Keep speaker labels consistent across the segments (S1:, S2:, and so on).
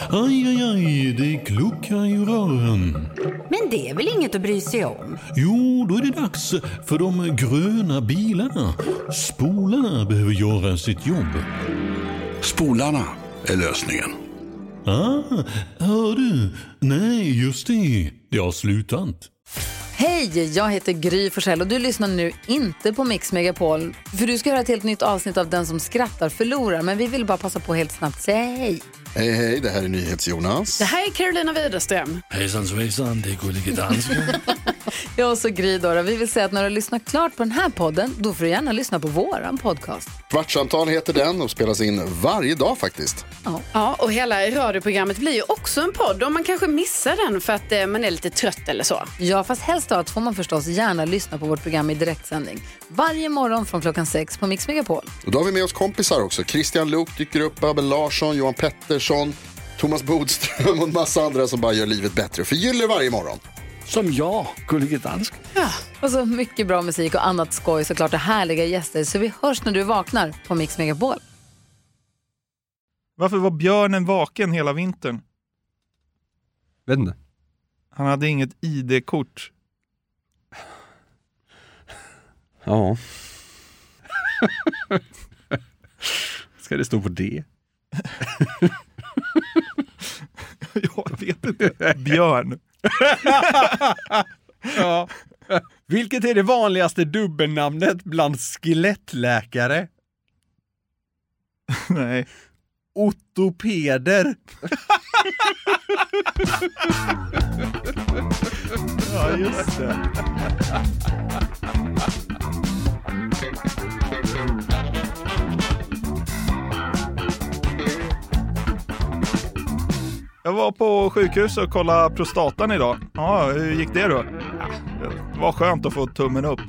S1: Aj, aj, aj, det kluckar i rören.
S2: Men det är väl inget att bry sig om?
S1: Jo, då är det dags för de gröna bilarna. Spolarna behöver göra sitt jobb.
S3: Spolarna är lösningen.
S1: Hör du? Nej, just det. Det har slutat.
S4: Hej, jag heter Gry Forssell och du lyssnar nu inte på Mix Megapol. För du ska höra ett helt nytt avsnitt av Den som skrattar förlorar. Men vi vill bara passa på helt snabbt. Säg hej.
S3: Hej, hej, det här är NyhetsJonas.
S5: Det här är Carolina Widerström.
S6: Hejsan svejsan, det är Gullige Dansken.
S4: Jag och så Gry då. Vi vill säga att när du lyssnar klart på den här podden, då får du gärna lyssna på våran podcast.
S3: Kvartsamtal heter den och spelas in varje dag faktiskt.
S5: Ja, och hela radioprogrammet blir ju också en podd om man kanske missar den för att man är lite trött eller så.
S4: Ja, fast helst av får man förstås gärna lyssna på vårt program i direktsändning. Varje morgon från 6:00 på Mix Megapol.
S3: Och då har vi med oss kompisar också. Christian Luuk dyker upp, Abel Larsson, Johan Pettersson, Thomas Bodström och en massa andra som bara gör livet bättre. Förgyller varje morgon.
S6: Som jag, Gullige Dansken.
S4: Ja, och så mycket bra musik och annat skoj, såklart, och härliga gäster. Så vi hörs när du vaknar på Mix Megapol.
S7: Varför var björnen vaken hela vintern?
S8: Vet inte.
S7: Han hade inget ID-kort.
S8: Ja. Ska det stå på det?
S7: Jag vet inte. Björn.
S8: Ja. Vilket är det vanligaste dubbelnamnet bland skelettläkare?
S7: Nej.
S8: Ortopeder.
S7: Ja, just det. Jag var på sjukhus och kollade prostatan idag. Ja, hur gick det då? Ja, det var skönt att få tummen upp.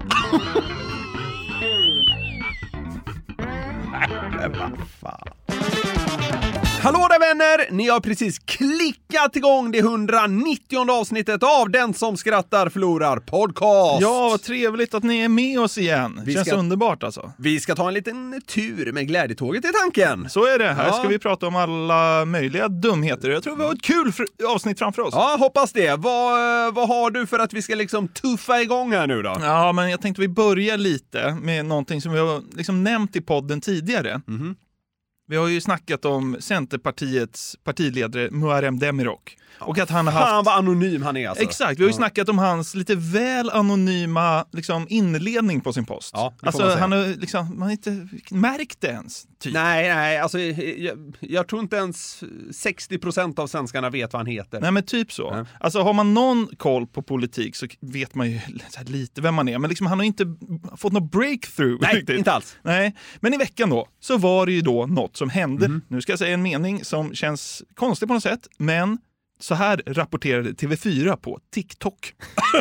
S8: Vad fan. Hallå där vänner! Ni har precis klickat igång det 190:e avsnittet av Den som skrattar förlorar podcast.
S7: Ja, vad trevligt att ni är med oss igen. Det känns underbart alltså.
S8: Vi ska ta en liten tur med glädjetåget i tanken.
S7: Så är det. Här ska vi prata om alla möjliga dumheter. Jag tror vi har ett kul avsnitt framför oss.
S8: Ja, hoppas det. Vad har du för att vi ska liksom tuffa igång här nu då?
S7: Ja, men jag tänkte vi börjar lite med någonting som vi har liksom nämnt i podden tidigare. Mm-hmm. Vi har ju snackat om Centerpartiets partiledare Muharrem Demirok. Och att han har haft...
S8: Fan vad anonym han är alltså.
S7: Exakt, vi har ju snackat om hans lite väl anonyma liksom, inledning på sin post.
S8: Ja,
S7: alltså han har liksom, man har inte märkt det ens. Typ.
S8: Nej, alltså jag tror inte ens 60% av svenskarna vet vad han heter.
S7: Nej, men typ så.
S8: Nej.
S7: Alltså har man någon koll på politik så vet man ju lite vem man är. Men liksom, han har inte fått något breakthrough.
S8: Nej,
S7: riktigt.
S8: inte alls.
S7: Nej, men i veckan då så var det ju då något som hände. Nu ska jag säga en mening som känns konstig på något sätt, men så här rapporterade TV4 på TikTok.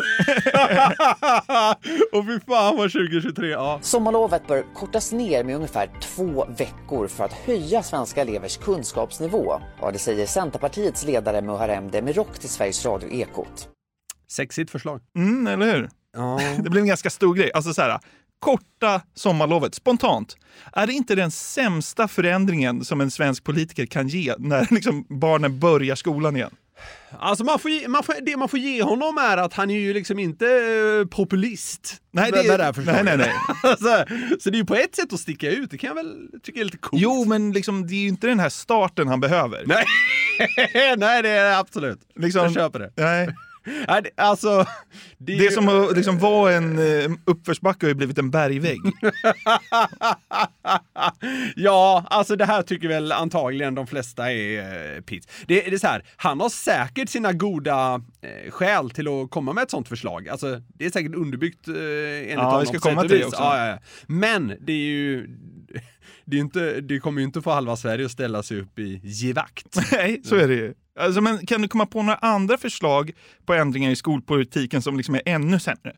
S8: Och fy fan vad 2023, ja.
S9: Sommarlovet bör kortas ner med ungefär 2 veckor för att höja svenska elevers kunskapsnivå. Ja, det säger Centerpartiets ledare Muharrem Demirok till Sveriges Radio Ekot.
S8: Sexigt förslag.
S7: Eller hur?
S8: Ja.
S7: Det blev en ganska stor grej. Alltså så här, korta sommarlovet, spontant. Är det inte den sämsta förändringen som en svensk politiker kan ge när liksom barnen börjar skolan igen?
S8: Alltså det man får ge honom är att han är ju liksom inte populist.
S7: Nej, nej.
S8: Alltså, så det är ju på ett sätt att sticka ut. Det kan jag väl tycka är lite coolt.
S7: Jo, men liksom, det är ju inte den här starten han behöver.
S8: Nej, nej det är absolut.
S7: Liksom,
S8: jag köper det.
S7: Nej.
S8: Alltså,
S7: det som liksom var en uppförsbacke har ju blivit en bergvägg.
S8: Ja, alltså det här tycker väl antagligen de flesta är piss. Det är så här, han har säkert sina goda skäl till att komma med ett sånt förslag. Alltså det är säkert underbyggt enligt honom.
S7: Ja, vi ska komma till det också.
S8: Ja. Men det är ju... Det kommer ju inte få halva Sverige att ställa sig upp i givakt.
S7: Nej, så är det ju. Alltså, men kan du komma på några andra förslag på ändringar i skolpolitiken som liksom är ännu sämre?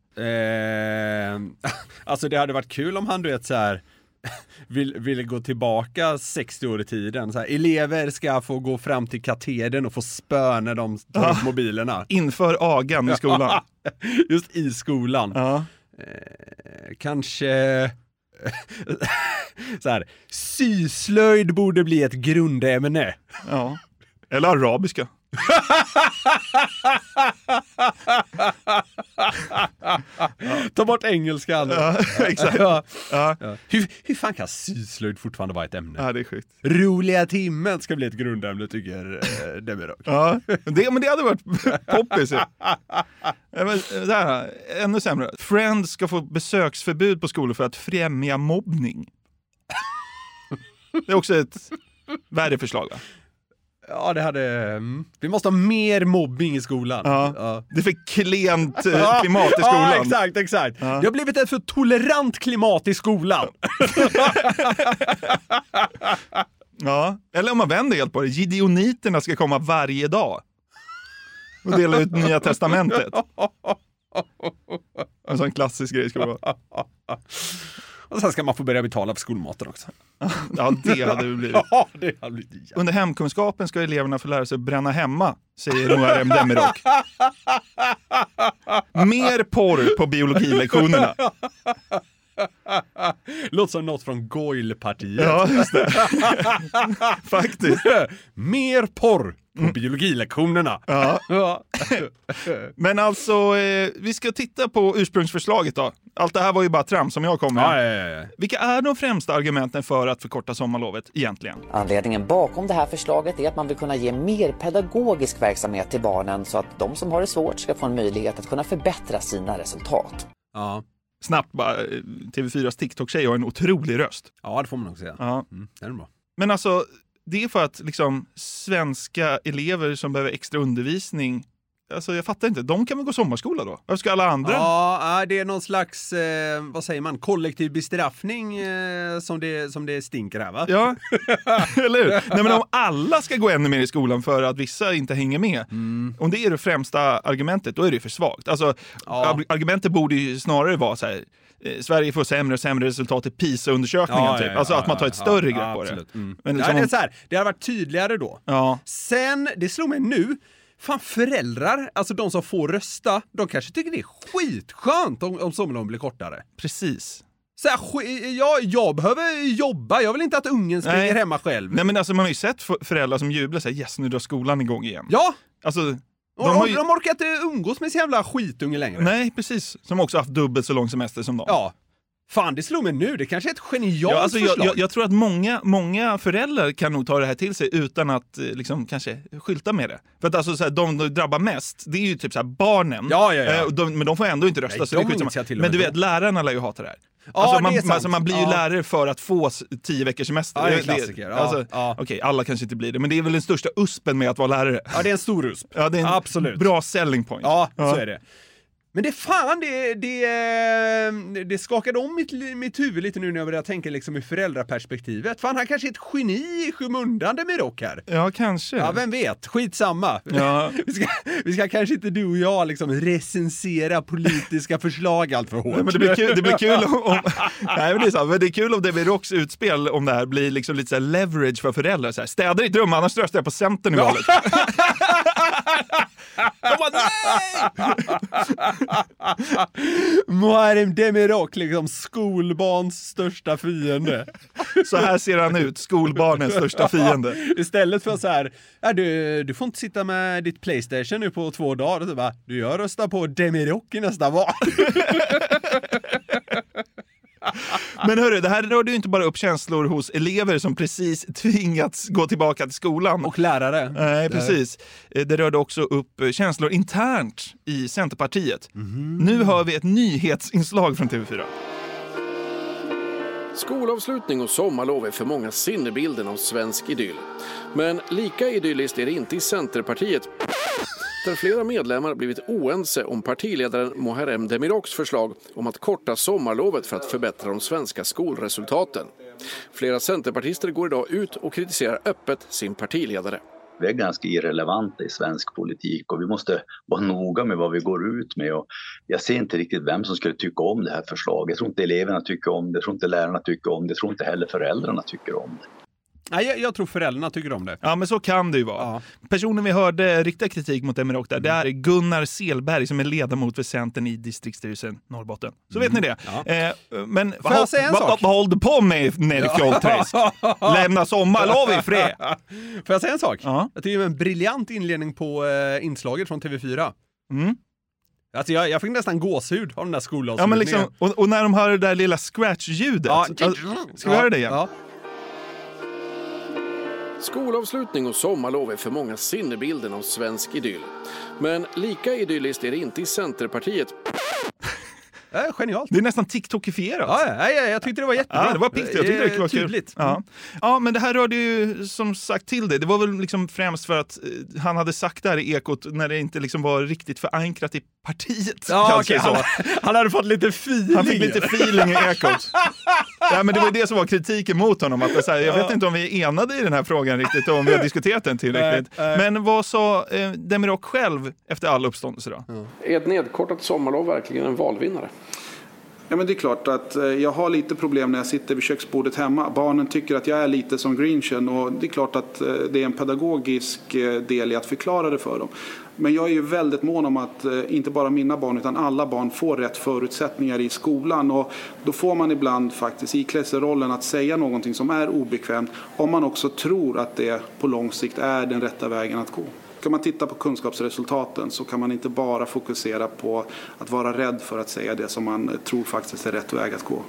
S8: Alltså det hade varit kul om han, du vet, så här vill gå tillbaka 60 år i tiden. Så här, elever ska få gå fram till katedern och få spö när de tar upp mobilerna.
S7: Inför agan i skolan.
S8: Just i skolan.
S7: Ja.
S8: Kanske... så här, syslöjd borde bli ett grundämne.
S7: Ja. Eller arabiska.
S8: Ta bort engelskan.
S7: Ja, exakt.
S8: Ja.
S7: Ja.
S8: Ja. Hur fan kan syslöjd fortfarande vara ett ämne?
S7: Ja, det är sjukt.
S8: Roliga timmen ska bli ett grundämne, tycker Demirok.
S7: Ja, men det hade varit poppis. Så här, ännu sämre. Friends ska få besöksförbud på skolor för att främja mobbning. Det är också ett värre förslag, va?
S8: Ja, det hade... Vi måste ha mer mobbing i skolan.
S7: Ja. Det är för klent klimat i skolan.
S8: Ja, exakt. Ja. Det har blivit ett för tolerant klimat i skolan.
S7: Ja, eller om man vänder helt på det. Gideoniterna ska komma varje dag och dela ut Nya testamentet. En sån klassisk grej ska det vara.
S8: Och sen ska man få börja betala för skolmaten också.
S7: Ja, det hade det blivit.
S8: Ja, det hade blivit.
S7: Under hemkunskapen ska eleverna få lära sig att bränna hemma, säger Muharrem Demirok. Mer porr på biologilektionerna.
S8: Låter som något från Goyle-partiet.
S7: Ja, just det. Faktiskt.
S8: Mer porr på biologilektionerna.
S7: Ja. Men alltså, vi ska titta på ursprungsförslaget då. Allt det här var ju bara trams som jag kom med.
S8: Ja.
S7: Vilka är de främsta argumenten för att förkorta sommarlovet egentligen?
S9: Anledningen bakom det här förslaget är att man vill kunna ge mer pedagogisk verksamhet till barnen så att de som har det svårt ska få en möjlighet att kunna förbättra sina resultat.
S8: Ja.
S7: Snabbt bara, TV4s TikTok-tjej har en otrolig röst.
S8: Ja, det får man nog säga.
S7: Ja.
S8: Det är bra.
S7: Men alltså, det är för att liksom svenska elever som behöver extra undervisning, alltså jag fattar inte, de kan väl gå sommarskola då? Varför ska alla andra?
S8: Ja, det är någon slags, vad säger man, kollektiv bestraffning som det stinker här, va?
S7: Ja, eller hur? Nej, men om alla ska gå ännu mer i skolan för att vissa inte hänger med, om det är det främsta argumentet, då är det för svagt. Alltså, argumentet borde ju snarare vara så här: Sverige får sämre och sämre resultat i PISA-undersökningen typ. Alltså att man tar ett större grepp på det. Men liksom,
S8: det är så här, det har varit tydligare då.
S7: Ja.
S8: Sen, det slog mig nu, fan, föräldrar, alltså de som får rösta, de kanske tycker det är skitskönt om sommarloven blir kortare.
S7: Precis.
S8: Så här, jag behöver jobba, jag vill inte att ungen springer hemma själv.
S7: Nej, men alltså man har ju sett föräldrar som jublar såhär, yes, nu drar skolan igång igen.
S8: Ja!
S7: Alltså,
S8: de orkar inte umgås med sin jävla skitunge längre.
S7: Nej, precis. Som också haft dubbelt så lång semester som de.
S8: Ja. Fan, det slog mig nu. Det kanske är ett genialt förslag.
S7: Jag tror att många föräldrar kan nog ta det här till sig utan att liksom kanske skylta med det. För att alltså, så här, de drabbar mest, det är ju typ så här, barnen.
S8: Ja.
S7: Men de får ändå inte rösta.
S8: Nej,
S7: så men du vet, lärarna lär ju hata det här.
S8: Ja,
S7: alltså, man blir ju lärare för att få 10 veckors semester.
S8: Ja, det är en klassiker.
S7: Okej, alla kanske inte blir det, men det är väl den största uspen med att vara lärare.
S8: Ja, det är en stor usp.
S7: Ja, det är en
S8: absolut
S7: bra selling point.
S8: Ja, så är det. Men det skakade om mitt huvud lite nu när jag började tänka liksom i föräldraperspektivet. Fan, han kanske är ett geni i skymundan Demirok här.
S7: Ja, kanske.
S8: Ja, vem vet. Skitsamma.
S7: Ja.
S8: vi ska kanske inte du och jag liksom recensera politiska förslag allt för hårt.
S7: Nej, men det blir kul om nej, men det är så, men det är kul om Demiroks utspel om det här blir liksom lite så här leverage för föräldrar. Så här, städa ditt rum, annars röstar jag på Centern i valet. De bara, nej!
S8: Muharrem Demirok, liksom skolbarns största fiende.
S7: Så här ser han ut, skolbarnens största fiende.
S8: Istället för så här, du får inte sitta med ditt PlayStation nu på 2 dagar. Så bara, jag röstar på Demirok i nästa val.
S7: Men hörru, det här rörde ju inte bara upp känslor hos elever som precis tvingats gå tillbaka till skolan.
S8: Och lärare.
S7: Nej, precis. Det rörde också upp känslor internt i Centerpartiet. Nu hör vi ett nyhetsinslag från TV4.
S10: Skolavslutning och sommarlov är för många sinnebilden av svensk idyll. Men lika idylliskt är det inte i Centerpartiet, där flera medlemmar blivit oense om partiledaren Muharrem Demiroks förslag om att korta sommarlovet för att förbättra de svenska skolresultaten. Flera centerpartister går idag ut och kritiserar öppet sin partiledare.
S11: Vi är ganska irrelevanta i svensk politik och vi måste vara noga med vad vi går ut med. Och jag ser inte riktigt vem som skulle tycka om det här förslaget. Jag tror inte eleverna tycker om det, jag tror inte lärarna tycker om det, jag tror inte heller föräldrarna tycker om det.
S8: Nej, jag tror föräldrarna tycker om det.
S7: Ja, men så kan det ju vara. Ja. Personen vi hörde rikta kritik mot Demirok där, det är Gunnar Selberg som är ledamot för Centern i distriktsstyrelsen Norrbotten. Så vet ni det. Ja. Men
S8: får jag säga en sak?
S7: Vad håller du på med nere i Fjollträsk? Lämna sommarlov i fred.
S8: Får jag säga en sak? Ja. Jag tycker det är en briljant inledning på inslaget från TV4. Alltså jag fick nästan gåshud av den där skolavslutningen.
S7: Ja, men liksom, och när de hör det där lilla scratch-ljudet. Ja. Ska vi höra det igen? Ja.
S10: Skolavslutning och sommarlov är för många sinnebilden av svensk idyll. Men lika idylliskt är det inte i Centerpartiet.
S8: Genialt.
S7: Det är nästan TikTokifierat.
S8: Ja, jag tyckte det var jättebra.
S7: Ja, det var piggt. Jag tyckte det var tydligt. Ja, men det här rörde ju som sagt till det. Det var väl liksom främst för att han hade sagt det här i Ekot när det inte liksom var riktigt förankrat i partiet.
S8: Ja, okay. Han hade fått lite feeling.
S7: Han fick lite feeling i Ekot. Ja, men det var det som var kritiken mot honom. Att så här, jag vet inte om vi är enade i den här frågan riktigt och om vi har diskuterat den tillräckligt. Men vad sa Demirok själv efter all uppståndelse då?
S10: Är ett nedkortat sommarlov verkligen en valvinnare?
S12: Ja, men det är klart att jag har lite problem när jag sitter vid köksbordet hemma. Barnen tycker att jag är lite som Grinchen och det är klart att det är en pedagogisk del i att förklara det för dem. Men jag är ju väldigt mån om att inte bara mina barn utan alla barn får rätt förutsättningar i skolan. Och då får man ibland faktiskt iklä sig rollen att säga någonting som är obekvämt om man också tror att det på lång sikt är den rätta vägen att gå. Kan man titta på kunskapsresultaten så kan man inte bara fokusera på att vara rädd för att säga det som man tror faktiskt är rätt väg att gå.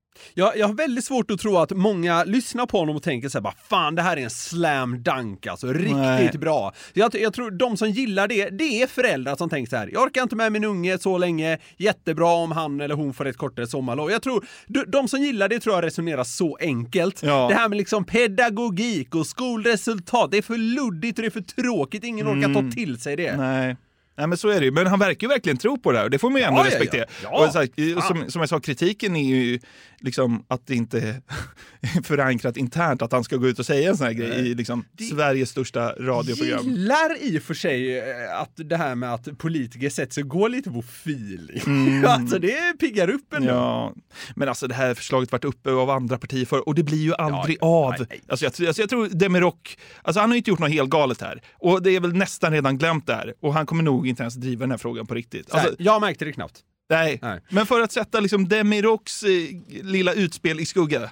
S8: Jag har väldigt svårt att tro att många lyssnar på honom och tänker så här, bara, fan det här är en slam dunk, alltså riktigt bra. Jag tror de som gillar det är föräldrar som tänker så här, jag orkar inte med min unge så länge, jättebra om han eller hon får ett kortare sommarlov. Jag tror, de som gillar det tror jag resonerar så enkelt. Ja. Det här med liksom pedagogik och skolresultat, det är för luddigt och det är för tråkigt, ingen orkar ta till sig det.
S7: Nej, men så är det ju. Men han verkar ju verkligen tro på det här och det får man ju ändå respektera. Ja. Och så här, som jag sa, kritiken är ju liksom att det inte är förankrat internt att han ska gå ut och säga en sån här grej i liksom Sveriges största radioprogram.
S8: Gillar i och för sig att det här med att politiker sätter sig gå lite på feeling. Alltså det piggar upp ändå.
S7: Ja, men alltså det här förslaget varit uppe av andra partier för och det blir ju aldrig av. Nej. Alltså jag tror Demirok, alltså han har ju inte gjort något helt galet här och det är väl nästan redan glömt där och han kommer nog inte ens driva den här frågan på riktigt. Alltså,
S8: jag märkte det knappt.
S7: Nej. Men för att sätta liksom Demiroks lilla utspel i skugga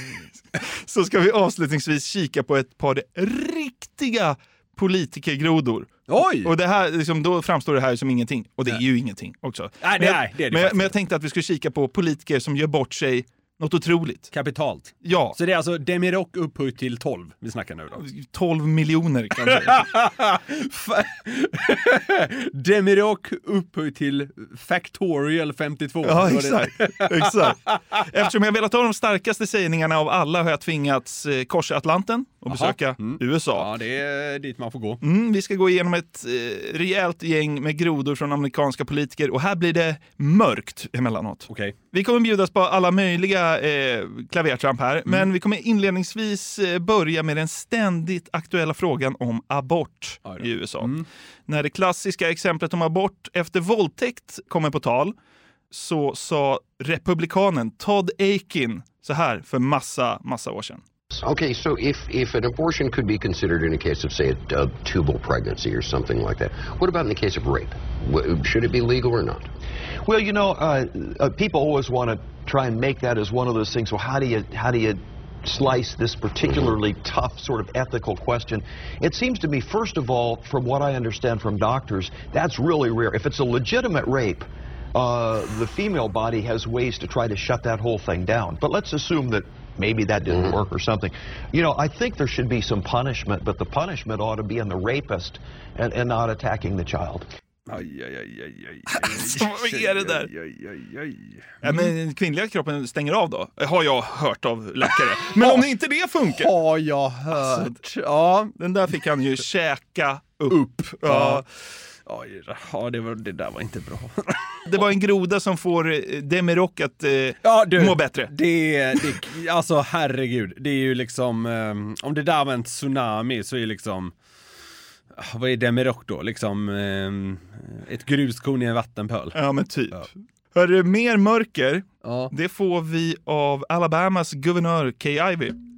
S7: så ska vi avslutningsvis kika på ett par riktiga politikergrodor.
S8: Oj!
S7: Och det här, liksom, då framstår det här som ingenting. Och det är ju ingenting också.
S8: Nej, det är
S7: men jag tänkte att vi skulle kika på politiker som gör bort sig något otroligt.
S8: Kapitalt.
S7: Ja.
S8: Så det är alltså Demirok upphöjt till 12 vi snackar nu då.
S7: 12 miljoner kanske.
S8: Demirok upphöjt till Factorial 52.
S7: Ja, exakt. Exakt. Eftersom jag velat ha de starkaste sägningarna av alla har jag tvingats korsa Atlanten och besöka USA.
S8: Ja, det är dit man får gå.
S7: Vi ska gå igenom ett rejält gäng med grodor från amerikanska politiker och här blir det mörkt emellanåt.
S8: Okay.
S7: Vi kommer bjudas på alla möjliga klavertramp här, men vi kommer inledningsvis börja med den ständigt aktuella frågan om abort i USA. När det klassiska exemplet om abort efter våldtäkt kommer på tal så sa republikanen Todd Akin så här för massa år sedan.
S13: Okay, so if an abortion could be considered in a case of, say, a tubal pregnancy or something like that, what about in the case of rape? Should it be legal or not?
S14: Well, you know, people always want to try and make that as one of those things. Well, how do you slice this particularly tough sort of ethical question? It seems to me, first of all, from what I understand from doctors, that's really rare. If it's a legitimate rape, the female body has ways to try to shut that whole thing down. But let's assume that maybe that didn't work or something. You know, I think there should be some punishment, but the punishment ought to be on the rapist and not attacking the child.
S8: Aj.
S7: Vad är det där? Ja, men kvinnliga kroppen stänger av då. Har jag hört av läkare. Men om inte det funkar.
S8: Har jag hört.
S7: Alltså, ja, den där fick han ju käka upp. Ja.
S8: Ja, det där var inte bra.
S7: Det var en groda som får Demirok att må bättre.
S8: Alltså herregud, det är ju liksom om det där var en tsunami så är liksom vad är Demirok då? Liksom ett gruskorn i en vattenpöl.
S7: Ja, men typ. Ja. Hörru, mer mörker, det får vi av Alabamas guvernör Kay Ivey.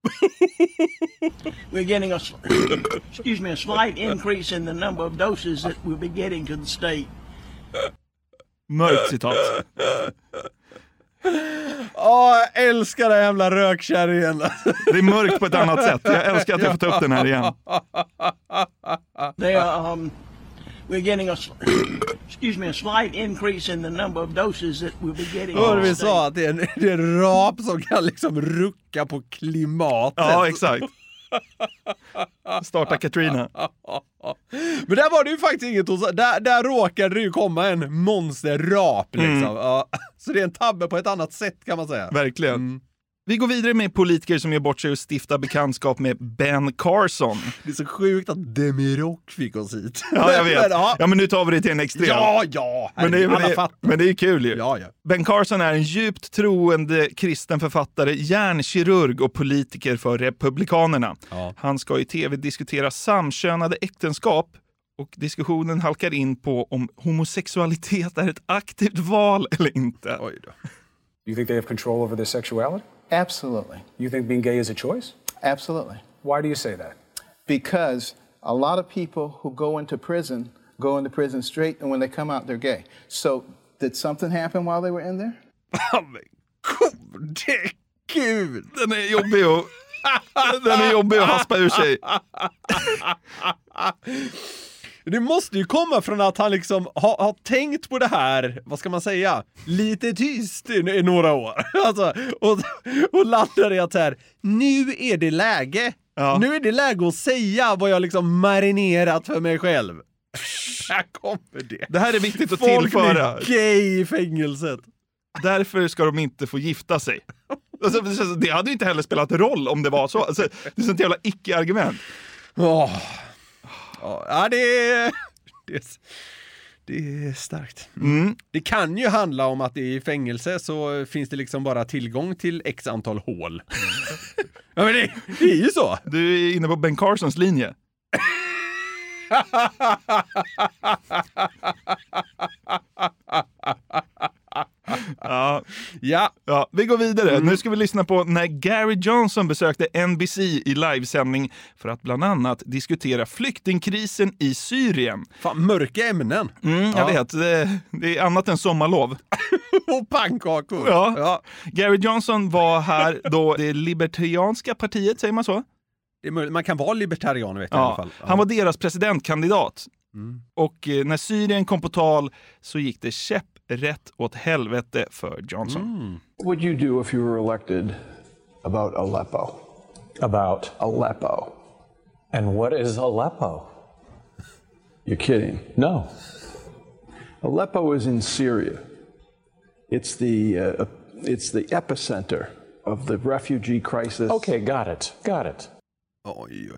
S15: We're getting a slight increase in the number of doses that we'll be getting to the state.
S7: Mörkt citat.
S8: Jag älskar den jävla rökkärringen.
S7: Det är mörkt på ett annat sätt. Jag älskar att jag får ta upp den här igen.
S15: We're getting a slight increase in the number of doses that we'll be getting.
S8: Hör vi sa att det är en rap som kan liksom rucka på klimatet.
S7: Ja, exakt. Starta Katrina.
S8: Men där var det ju faktiskt inget hos... Där råkade det ju komma en monsterrap liksom. Ja. Så det är en tabbe på ett annat sätt kan man säga.
S7: Verkligen. Vi går vidare med politiker som gör bort sig och stiftar bekantskap med Ben Carson.
S8: Det är så sjukt att Demirok fick oss hit.
S7: Ja, jag vet. Ja, men nu tar vi det till en extrem.
S8: Ja.
S7: Men det är ju kul ju.
S8: Ja.
S7: Ben Carson är en djupt troende kristen författare, hjärnkirurg och politiker för Republikanerna. Ja. Han ska i tv diskutera samkönade äktenskap och diskussionen halkar in på om homosexualitet är ett aktivt val eller inte.
S8: Oj då.
S16: You think they have control over their sexuality?
S17: Absolutely.
S16: You think being gay is a choice?
S17: Absolutely.
S16: Why do you say that?
S17: Because a lot of people who go into prison straight, and when they come out they're gay. So did something happen while they were in there?
S8: Men gode gud!
S7: Den är jobbig att haspa ur sig.
S8: Det måste ju komma från att han liksom har tänkt på det här, vad ska man säga, lite tyst i några år. Alltså, och landar i att så här, nu är det läge. Ja. Nu är det läge att säga vad jag liksom marinerat för mig själv. Här kommer det.
S7: Det här är viktigt att tillföra.
S8: Folk blir gay i fängelset.
S7: Därför ska de inte få gifta sig. Alltså, det hade ju inte heller spelat roll om det var så. Alltså, det är sånt jävla icke-argument.
S8: Ja, det är starkt. Det kan ju handla om att i fängelse så finns det liksom bara tillgång till x antal hål. Ja, men det är ju så.
S7: Du är inne på Ben Carsons linje. Ja, vi går vidare. Nu ska vi lyssna på när Gary Johnson besökte NBC i livesändning för att bland annat diskutera flyktingkrisen i Syrien.
S8: Fan, mörka ämnen.
S7: Jag vet, det är annat än sommarlov.
S8: Och pannkakor.
S7: Ja. Gary Johnson var här då det libertarianska partiet, säger man så?
S8: Man kan vara libertarian, vet jag i alla fall.
S7: Han var deras presidentkandidat. Och när Syrien kom på tal så gick det käpprätt åt helvete för Johnson.
S18: What would you do if you were elected about Aleppo?
S19: About?
S18: Aleppo.
S19: And what is Aleppo?
S18: You're kidding.
S19: No.
S18: Aleppo is in Syria. It's the epicenter of the refugee crisis.
S19: Okay, got it.
S8: Oj.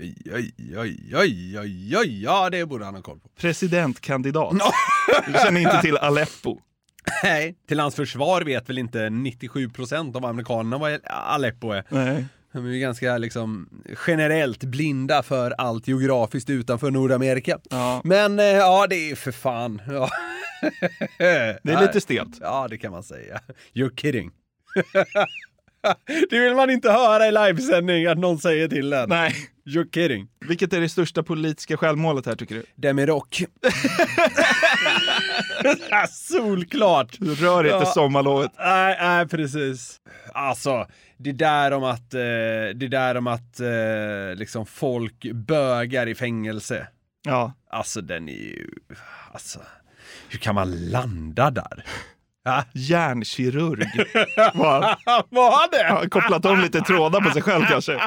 S8: Ja, det borde han ha koll på.
S7: Presidentkandidat. Du känner inte till Aleppo.
S8: Nej, till hans försvar vet väl inte 97% av amerikanerna vad Aleppo är.
S7: Nej.
S8: De är ju ganska liksom generellt blinda för allt geografiskt utanför Nordamerika. Ja. Men ja, det är för fan. Ja.
S7: Det är lite stelt.
S8: Ja, det kan man säga. You're kidding. Det vill man inte höra i livesändning att någon säger till den.
S7: Nej.
S8: You're kidding.
S7: Vilket är det största politiska självmålet här, tycker du?
S8: Demirok. Solklart.
S7: Rör inte sommarlovet.
S8: Nej, precis. Alltså, det där om att liksom folk bögar i fängelse.
S7: Ja.
S8: Alltså, den är ju... Alltså, hur kan man landa där?
S7: Hjärnkirurg.
S8: Var det?
S7: Ja, kopplat om lite trådar på sig själv kanske.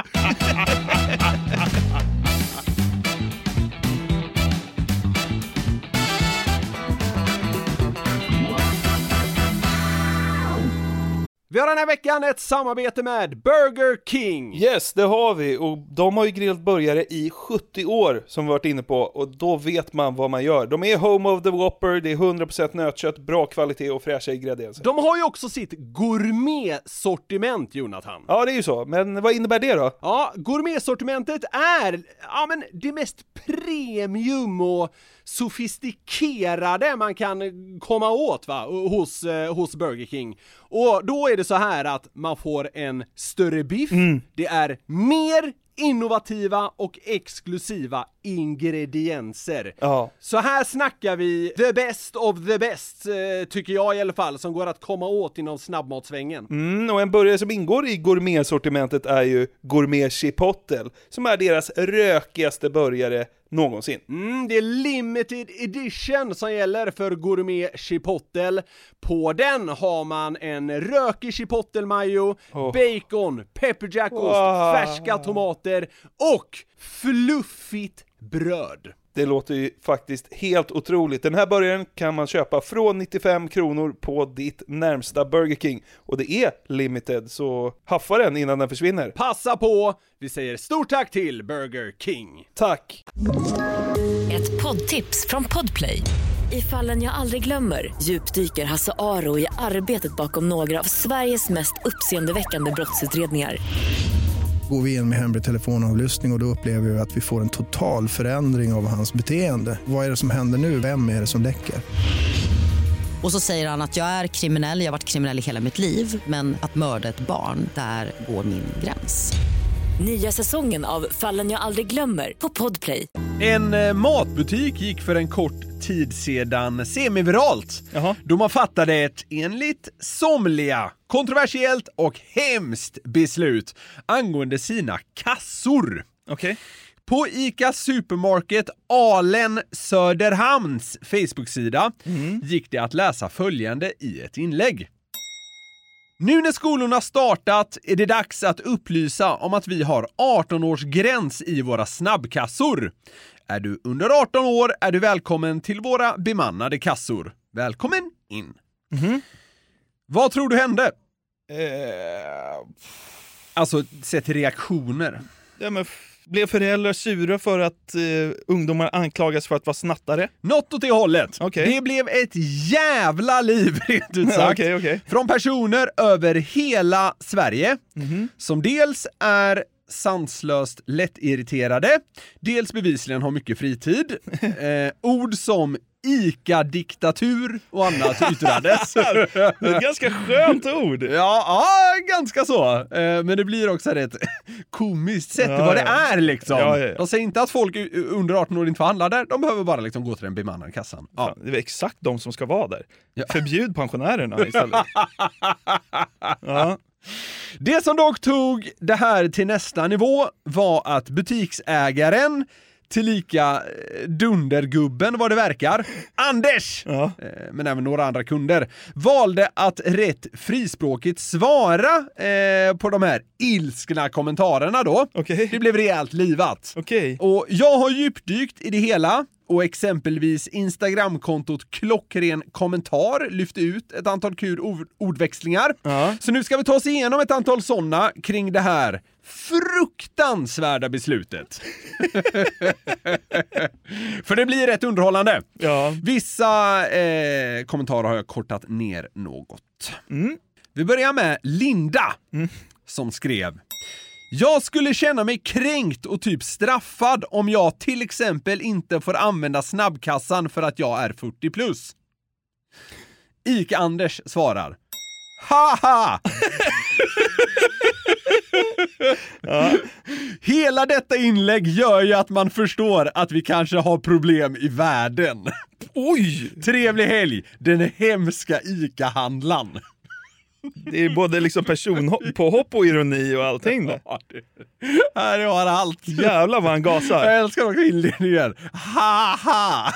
S8: Vi har den här veckan ett samarbete med Burger King.
S7: Yes, det har vi. Och de har ju grillat burgare i 70 år som vi varit inne på. Och då vet man vad man gör. De är home of the Whopper, det är 100% nötkött, bra kvalitet och fräscha ingredienser.
S8: De har ju också sitt gourmet-sortiment, Jonathan.
S7: Ja, det är ju så. Men vad innebär det då?
S8: Ja, gourmet-sortimentet är det mest premium och sofistikerade man kan komma åt hos Burger King. Och då är det så här att man får en större biff. Det är mer innovativa och exklusiva ingredienser.
S20: Ja.
S8: Så här snackar vi the best of the best, tycker jag i alla fall, som går att komma åt inom snabbmatsvängen.
S20: Och en burgare som ingår i gourmetsortimentet är ju Gourmet Chipotle, som är deras rökigaste burgare någonsin.
S8: Det är limited edition som gäller för Gourmet Chipotle. På den har man en rökig chipotle mayo, bacon, pepperjackost, färska tomater och fluffigt bröd.
S20: Det låter ju faktiskt helt otroligt. Den här burgaren kan man köpa från 95 kronor på ditt närmsta Burger King. Och det är limited, så haffa den innan den försvinner.
S8: Passa på! Vi säger stort tack till Burger King.
S20: Tack!
S21: Ett poddtips från Podplay. I Fallen jag aldrig glömmer djupdyker Hasse Aro i arbetet bakom några av Sveriges mest uppseendeväckande brottsutredningar.
S22: Går vi in med hemlig telefonavlyssning och då upplever vi att vi får en total förändring av hans beteende. Vad är det som händer nu? Vem är det som läcker?
S23: Och så säger han att jag är kriminell, jag har varit kriminell i hela mitt liv. Men att mörda ett barn, där går min gräns.
S21: Nya säsongen av Fallen jag aldrig glömmer på Podplay.
S8: En matbutik gick för en kort tid sedan semiviralt. Då man fattade ett, enligt somliga, kontroversiellt och hemskt beslut angående sina kassor. På ICA Supermarket Alen Söderhamns Facebook-sida gick det att läsa följande i ett inlägg. Nu när skolorna startat är det dags att upplysa om att vi har 18-årsgräns i våra snabbkassor. Är du under 18 år är du välkommen till våra bemannade kassor. Välkommen in. Vad tror du hände? Alltså, sett reaktioner.
S7: Ja, men blev föräldrar sura för att ungdomar anklagas för att vara snattare?
S8: Något åt det hållet.
S7: Okay.
S8: Det blev ett jävla liv, rent ut sagt.
S7: Okay.
S8: Från personer över hela Sverige som dels är sanslöst lättirriterade, dels bevisligen har mycket fritid. Ord som ICA-diktatur och annat yttrades.
S7: Det är ett ganska skönt ord.
S8: Ja, ganska så. Men det blir också rätt komiskt sett vad det är liksom. De säger inte att folk under 18 år inte får handla där. De behöver bara liksom gå till den bemannade kassan.
S7: Ja. Det är exakt de som ska vara där. Förbjud pensionärerna istället. Ja.
S8: Det som dock tog det här till nästa nivå var att butiksägaren, tillika dundergubben vad det verkar, Anders, men även några andra kunder, valde att rätt frispråkigt svara på de här ilskna kommentarerna då. Det blev rejält livat. Och jag har djupdykt i det hela och exempelvis Instagramkontot Klockren kommentar lyfte ut ett antal kul ordväxlingar. Så nu ska vi ta oss igenom ett antal sådana kring det här fruktansvärda beslutet. För det blir rätt underhållande. Vissa kommentarer har jag kortat ner något. Vi börjar med Linda som skrev: jag skulle känna mig kränkt och typ straffad om jag till exempel inte får använda snabbkassan för att jag är 40 plus. Ike Anders svarar: haha! Hela detta inlägg gör ju att man förstår att vi kanske har problem i världen. Oj! Trevlig helg, den hemska Ica-handlan.
S7: Det är både liksom personpåhopp och ironi och allting där.
S8: Här har allt.
S7: Jävlar vad han gasar.
S8: Jag älskar också inledningen. Haha!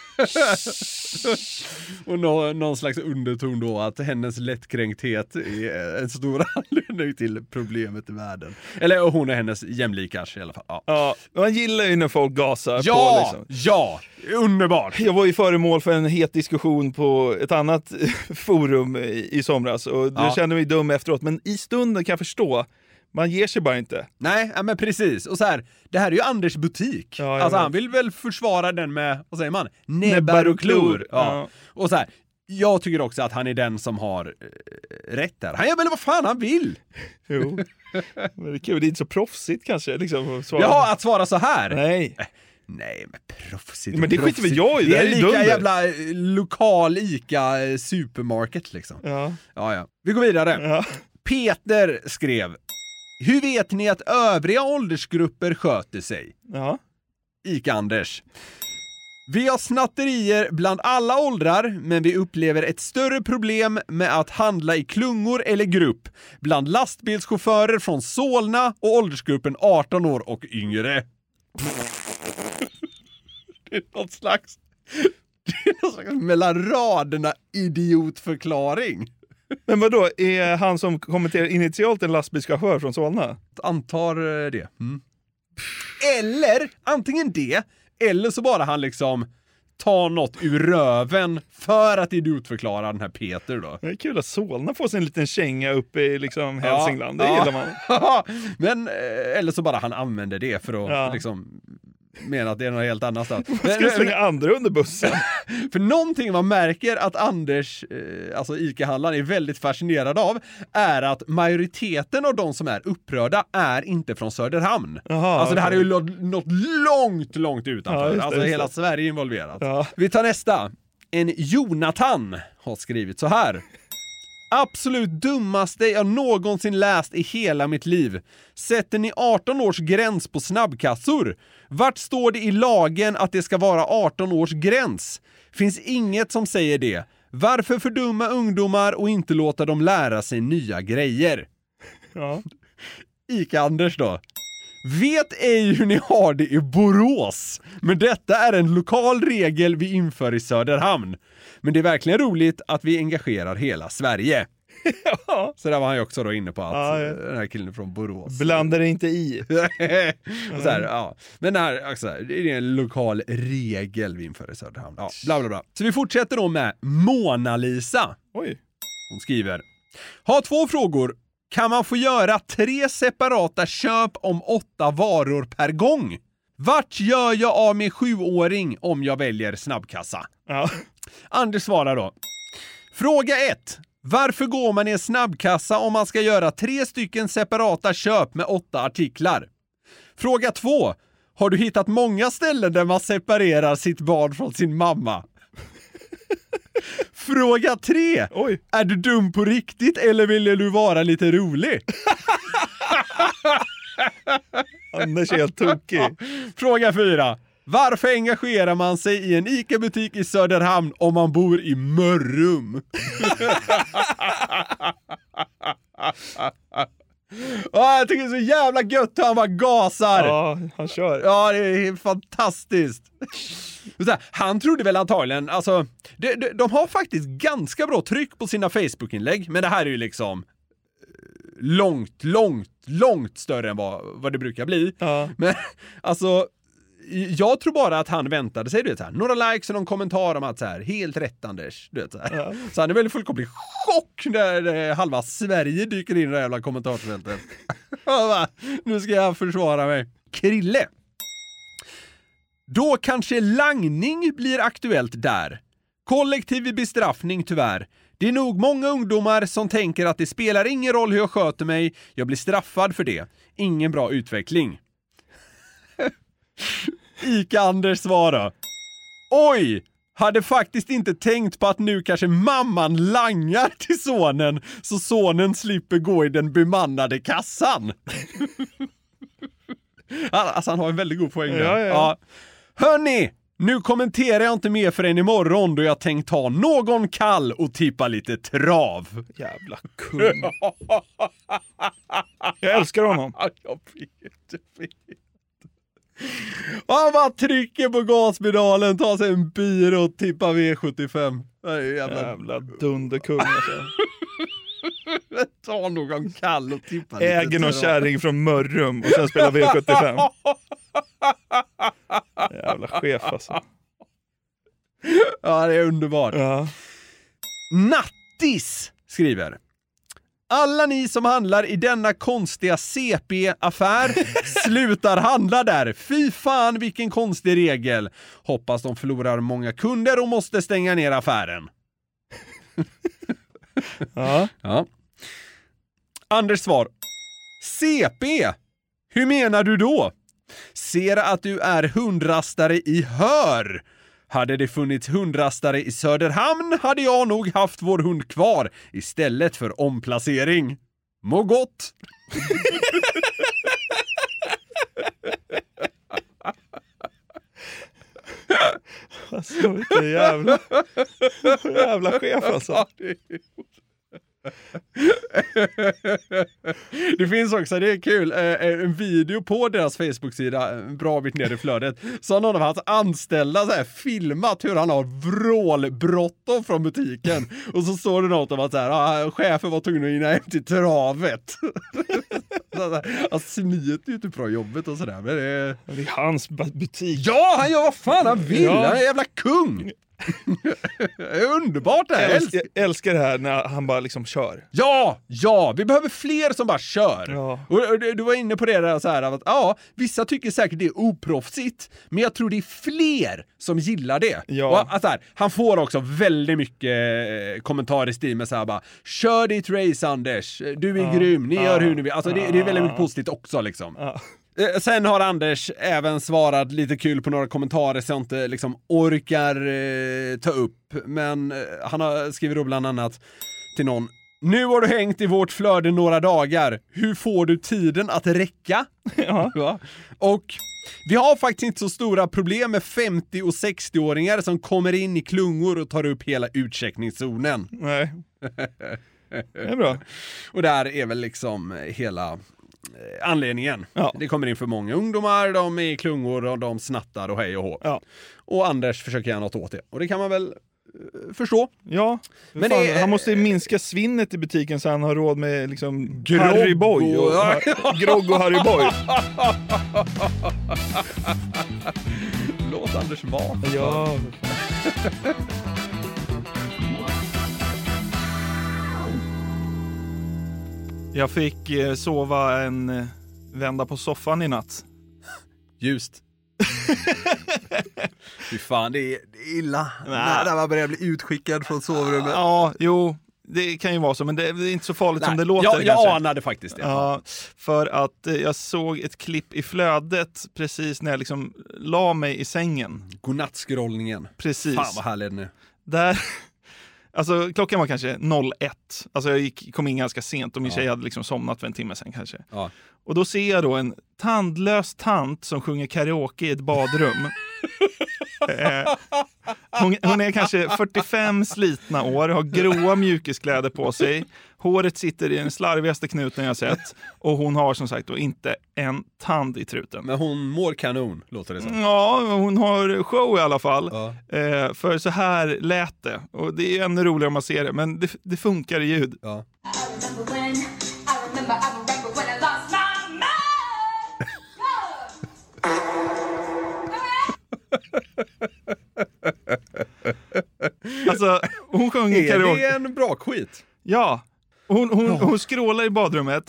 S8: Och någon slags underton då att hennes lättkränkthet är en stor anledning till problemet i världen. Eller hon är hennes jämlikars i alla fall.
S7: Ja, man gillar ju när folk gasar.
S8: Ja,
S7: på, liksom.
S8: Ja, underbart.
S7: Jag var ju föremål för en het diskussion på ett annat forum i somras och då kände mig dum efteråt. Men i stunden kan jag förstå. Man ger sig bara inte.
S8: Nej, men precis. Och så här, det här är ju Anders butik. Alltså han vill väl försvara den med, vad säger man? Näbbar och klor. Ja. Och så här, jag tycker också att han är den som har rätt där. Han gör väl vad fan han vill.
S7: Jo. Men det är inte så proffsigt kanske. Liksom,
S8: att svara så här.
S7: Nej.
S8: Nej, men proffsigt.
S7: Men det skiter väl jag i.
S8: Det är lika
S7: dunder.
S8: jävla lokal Ica supermarket liksom. Ja. Vi går vidare.
S7: Ja.
S8: Peter skrev: hur vet ni att övriga åldersgrupper sköter sig?
S7: Ja.
S8: Ica Anders: vi har snatterier bland alla åldrar, men vi upplever ett större problem med att handla i klungor eller grupp bland lastbilschaufförer från Solna och åldersgruppen 18 år och yngre. Det är något slags mellan raderna idiotförklaring.
S7: Men vadå, är han som kommenterar initialt en lastbilschaufför från Solna?
S8: Antar det. Eller antingen det, eller så bara han liksom tar något ur röven för att idiotförklara den här Peter då.
S7: Det är kul att Solna får sig en liten känga uppe i liksom Hälsingland, det gillar man.
S8: Men, eller så bara han använder det för att liksom mena att det är något helt annat.
S7: Man ska slänga andra under bussen.
S8: För någonting man märker att Anders, alltså Ica-handlaren, är väldigt fascinerad av är att majoriteten av de som är upprörda är inte från Söderhamn.
S7: Aha,
S8: alltså det här är ju något långt utanför.
S7: Ja,
S8: alltså hela Sverige är involverat. Ja. Vi tar nästa. En Jonathan har skrivit så här: absolut dummaste jag någonsin läst i hela mitt liv. Sätter ni 18 års gräns på snabbkassor? Vart står det i lagen att det ska vara 18 års gräns? Finns inget som säger det. Varför fördumma ungdomar och inte låta dem lära sig nya grejer?
S7: Ja.
S8: Ica Anders då: vet ej hur ni har det i Borås, men detta är en lokal regel vi inför i Söderhamn. Men det är verkligen roligt att vi engagerar hela Sverige. Ja. Så där var han ju också då inne på att den här killen från Borås.
S7: Blandar inte i.
S8: Så här, ja. Men det här, också, det är en lokal regel vi inför i Söderhamn. Ja, bla bla bla. Så vi fortsätter då med Mona Lisa.
S7: Oj.
S8: Hon skriver: har 2 frågor. Kan man få göra 3 separata köp om 8 varor per gång? Vart gör jag av med 7-åring om jag väljer snabbkassa?
S7: Ja.
S8: Anders svarar då: fråga 1. Varför går man i en snabbkassa om man ska göra 3 stycken separata köp med 8 artiklar? Fråga 2. Har du hittat många ställen där man separerar sitt barn från sin mamma? Fråga 3.
S7: Oj.
S8: Är du dum på riktigt eller vill du vara lite rolig?
S7: Anders är helt tokig.
S8: Fråga 4. Varför engagerar man sig i en Ica-butik i Söderhamn om man bor i Mörrum? Jag tycker det är så jävla gött hur han bara gasar.
S7: Ja, han kör.
S8: Ja, det är fantastiskt. Han trodde väl antagligen, alltså, de har faktiskt ganska bra tryck på sina Facebook-inlägg, men det här är ju liksom långt större än vad det brukar bli.
S7: Ja.
S8: Men alltså, jag tror bara att han väntade sig, du vet, så här, några likes och någon kommentar om att så här, helt rätt Anders, du vet, så här. Ja. Så han är väl fullkomligt chock när halva Sverige dyker in i det jävla kommentarsfältet. Nu ska jag försvara mig. Krille: då kanske langning blir aktuellt där. Kollektiv bestraffning tyvärr. Det är nog många ungdomar som tänker att det spelar ingen roll hur jag sköter mig, jag blir straffad för det. Ingen bra utveckling. Ica Anders svarar: oj, hade faktiskt inte tänkt på att nu kanske mamman langar till sonen så sonen slipper gå i den bemannade kassan. Alltså han har en väldigt god poäng där. Ja. Hörni, nu kommenterar jag inte mer förrän imorgon då jag tänkt ta någon kall och tippa lite trav.
S7: Jävla kung. Jag älskar honom.
S8: Jag vet. Han bara trycker på gaspedalen, tar sig en bira och tippar V75.
S7: Jävla dunderkung alltså.
S8: Ta någon kall och tippa
S7: lite. Äger någon kärring från Mörrum och sen spelar V75. Jävla chef alltså.
S8: Ja, det är underbart.
S7: Ja.
S8: Nattis skriver: alla ni som handlar i denna konstiga CP-affär slutar handla där. Fy fan vilken konstig regel. Hoppas de förlorar många kunder och måste stänga ner affären. Ja. Anders svar: CP? Hur menar du då? Ser att du är hundrastare i Hör. Hade det funnits hundrastare i Söderhamn hade jag nog haft vår hund kvar istället för omplacering. Må gott!
S7: Alltså, vilken jävla chef alltså.
S8: Det finns också, det är kul, en video på deras Facebook-sida, en bra bit ner i flödet, så har någon av hans anställda så här filmat hur han har vrålbråttom från butiken. Och så står det något om att så här, chefen var tvungen att hinna hem till travet. Han smiter ju typ från jobbet och sådär. Men det är
S7: hans butik.
S8: Ja, han gör vad fan han vill. Han är en jävla kung. Det är underbart det här.
S7: Jag älskar det här när han bara liksom kör.
S8: Ja, vi behöver fler som bara kör.
S7: Ja.
S8: Och du var inne på det där så här att vissa tycker säkert det är oproffsigt, men jag tror det är fler som gillar det.
S7: Ja.
S8: Och att så här, han får också väldigt mycket kommentarer i stil med så här bara, kör ditt race Anders, du är grym, ni gör hur ni vill. Alltså det är väldigt mycket positivt också liksom. Ja. Sen har Anders även svarat lite kul på några kommentarer så jag inte liksom orkar ta upp. Men han har skrivit då bland annat till någon: nu har du hängt i vårt flöde några dagar. Hur får du tiden att räcka? Ja. Och vi har faktiskt inte så stora problem med 50- och 60-åringar som kommer in i klungor och tar upp hela utcheckningszonen.
S7: Nej. Det är bra.
S8: Och där är väl liksom hela anledningen. Ja. Det kommer in för många ungdomar, de är i klungor och de snattar och hej och hå. Ja. Och Anders försöker göra något åt det. Och det kan man väl förstå.
S7: Ja, men han måste minska svinnet i butiken så han har råd med liksom Harry Boy och grogg och Harry Boy.
S8: Låt Anders vara.
S7: Ja. Jag fick sova en vända på soffan i natt.
S8: Just. Fy fan, det är illa. När man börjar bli utskickad från sovrummet.
S7: Ja, jo, det kan ju vara så, men det är inte så farligt som det låter.
S8: Jag anade faktiskt det.
S7: Ja, för att jag såg ett klipp i flödet precis när jag liksom la mig i sängen.
S8: Godnattskrollningen.
S7: Precis.
S8: Fan vad härligt nu.
S7: Där... Alltså klockan var kanske 01. Alltså jag kom in ganska sent och min tjej hade liksom somnat för en timme sen kanske. Ja. Och då ser jag då en tandlös tant som sjunger karaoke i ett badrum. Hon är kanske 45 slitna år, har gråa mjukiskläder på sig. Håret sitter i den slarvigaste knuten jag sett. Och hon har som sagt då inte en tand i truten.
S8: Men hon mår kanon, låter det som.
S7: Ja, hon har show i alla fall. Ja. För så här lät det. Och det är ännu roligare om man ser det. Men det funkar i ljud. Ja. Alltså, hon sjunger karaoke.
S8: Är det en bra skit?
S7: Ja. Hon scrollar i badrummet.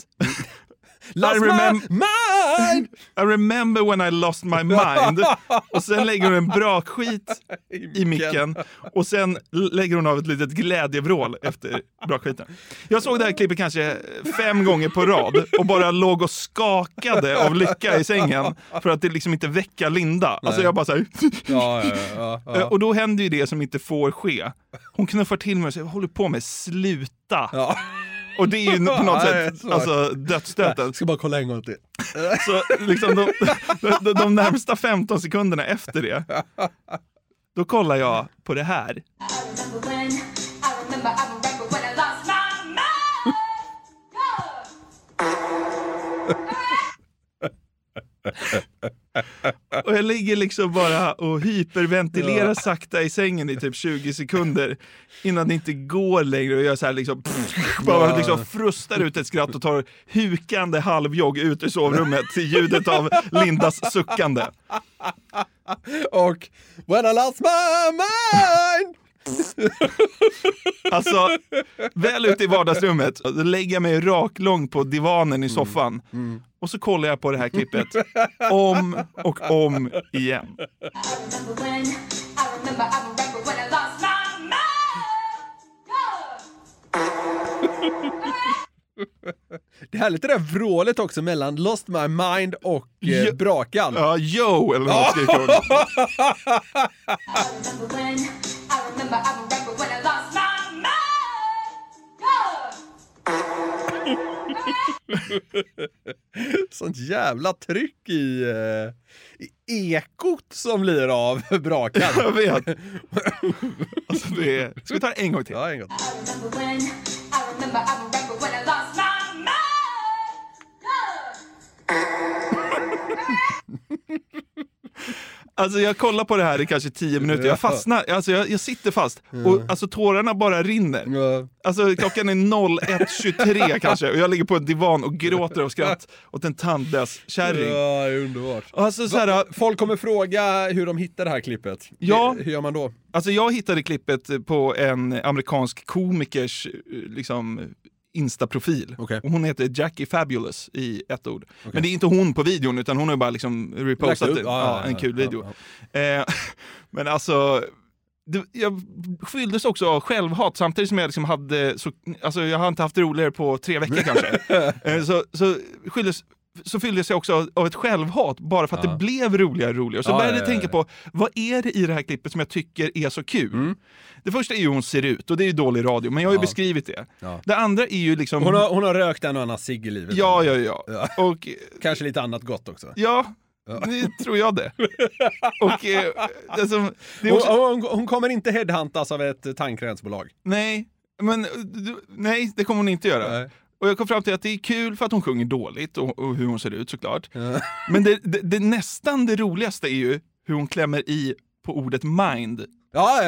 S7: I remember when I lost my mind. Och sen lägger hon en bra skit i micken. Och sen lägger hon av ett litet glädjevrål efter bra skiten. Jag såg det här klippet kanske 5 gånger på rad. Och bara låg och skakade av lycka i sängen. För att det liksom inte väcka Linda. Alltså jag bara så här. Ja. Och då händer ju det som inte får ske. Hon knuffar till mig och säger, vad håller du på med? Sluta. Ja. Och det är ju på något sätt alltså, dödsstöten.
S8: Jag ska bara kolla en gång till.
S7: Så liksom de närmsta 15 sekunderna efter det, då kollar jag på det här. Och jag ligger liksom bara och hyperventilerar sakta i sängen i typ 20 sekunder innan det inte går längre och jag så här liksom bara liksom frustar ut ett skratt och tar hukande halvjogg ut ur sovrummet till ljudet av Lindas suckande.
S8: Och when I lost my mind.
S7: Alltså, väl ute i vardagsrummet lägger jag mig raklång på divanen i soffan. Och så kollar jag på det här klippet om och om igen.
S8: Det är lite det där vrålet också mellan Lost My Mind och Brakan.
S7: Ja, yo eller något skriker hon.
S8: Sånt jävla tryck i ekot som blir av Brakan.
S7: Jag vet. Alltså det är... Ska vi ta det en gång till?
S8: Ja, en gång.
S7: Alltså jag kollar på det här i kanske 10 minuter. Jag fastnar, alltså jag sitter fast. Och alltså tårarna bara rinner. Alltså klockan är 01.23 kanske. Och jag ligger på en divan och gråter av skratt åt en tandlös kärring.
S8: Ja, det är underbart.
S7: Alltså, så här,
S8: folk kommer fråga hur de hittar det här klippet.
S7: Ja.
S8: Hur gör man då?
S7: Alltså jag hittade klippet på en amerikansk komikers liksom Insta-profil.
S8: Okay.
S7: Och hon heter Jackie Fabulous i ett ord. Okay. Men det är inte hon på videon utan hon har bara liksom repostat det. En kul video. Men alltså jag fylldes också av självhat samtidigt som jag liksom hade alltså jag har inte haft det roligare på 3 veckor kanske. Så fylldes jag också av ett självhat bara för att det blev roligare. Och så började jag tänka på, vad är det i det här klippet som jag tycker är så kul? Det första är ju hon ser ut, och det är ju dålig radio, men jag har ju beskrivit det. Det andra är ju liksom...
S8: Hon har rökt en och annan cigg i livet.
S7: Ja. Och
S8: kanske lite annat gott också.
S7: Ja, det tror jag det. Och alltså, det
S8: också... hon kommer inte headhuntas av ett tankrensbolag.
S7: Nej, det kommer hon inte göra. Nej. Och jag kom fram till att det är kul för att hon sjunger dåligt och hur hon ser ut såklart. Men det nästan det roligaste är ju hur hon klämmer i på ordet mind.
S8: Ja.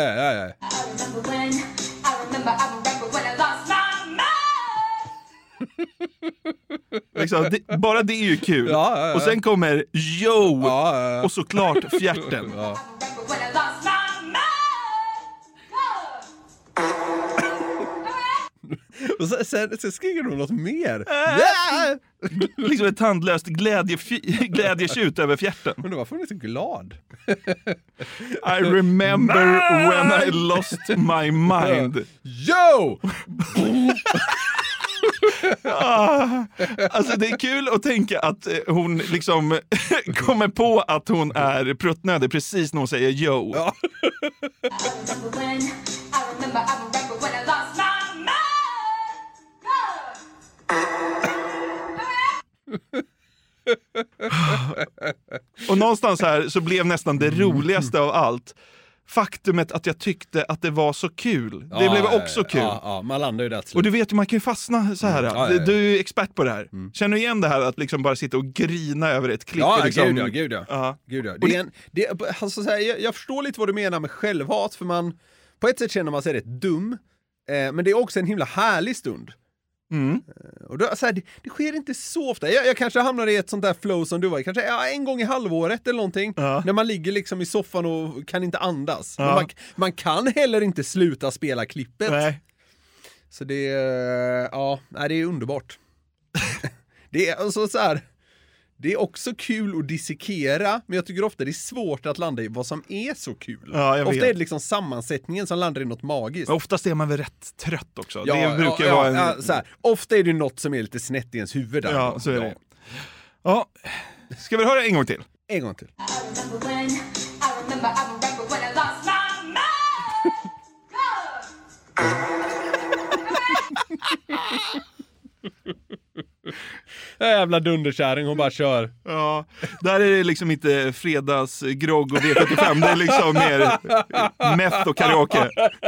S7: Liksom, bara det är ju kul. Ja. Och sen kommer yo och såklart fjärten. Ja.
S8: Och sen skriker hon något mer.
S7: Liksom ett tandlöst glädjetjut över fjärten.
S8: Men då var hon lite glad.
S7: I remember when I lost my mind.
S8: Yo!
S7: Alltså det är kul att tänka att hon liksom kommer på att hon är pruttnödig precis när hon säger yo. Ja. Och någonstans här så blev nästan det roligaste av allt faktumet att jag tyckte att det var så kul. Det blev också kul.
S8: Ja, man landar ju där.
S7: Och du vet ju, man kan ju fastna så här. Du är ju expert på det här. Känner du igen det här att liksom bara sitta och grina över ett klipp?
S8: Ja,
S7: liksom...
S8: gud ja. Jag förstår lite vad du menar med självhat, för man på ett sätt känner man sig rätt dum. Men det är också en himla härlig stund. Och då, så här, det sker inte så ofta. Jag kanske hamnar i ett sånt där flow som du var i. Kanske en gång i halvåret eller någonting. När man ligger liksom i soffan och kan inte andas. Men man kan heller inte sluta spela klippet.
S7: Nej.
S8: Så det är underbart. Det är alltså så här. Det är också kul att dissekera, men jag tycker ofta det är svårt att landa i vad som är så kul.
S7: Ja,
S8: ofta är det liksom sammansättningen som landar i något magiskt.
S7: Men oftast är man väl rätt trött också.
S8: Ja,
S7: det brukar vara en...
S8: så här, ofta är det något som är lite snett i ens huvud där.
S7: Ja, så är det. Ja, ska vi höra en gång till?
S8: En gång till. Jävla dunderkärring, hon bara kör.
S7: Ja, där är det liksom inte fredagsgrogg och V75. Det är liksom mer meth och karaoke.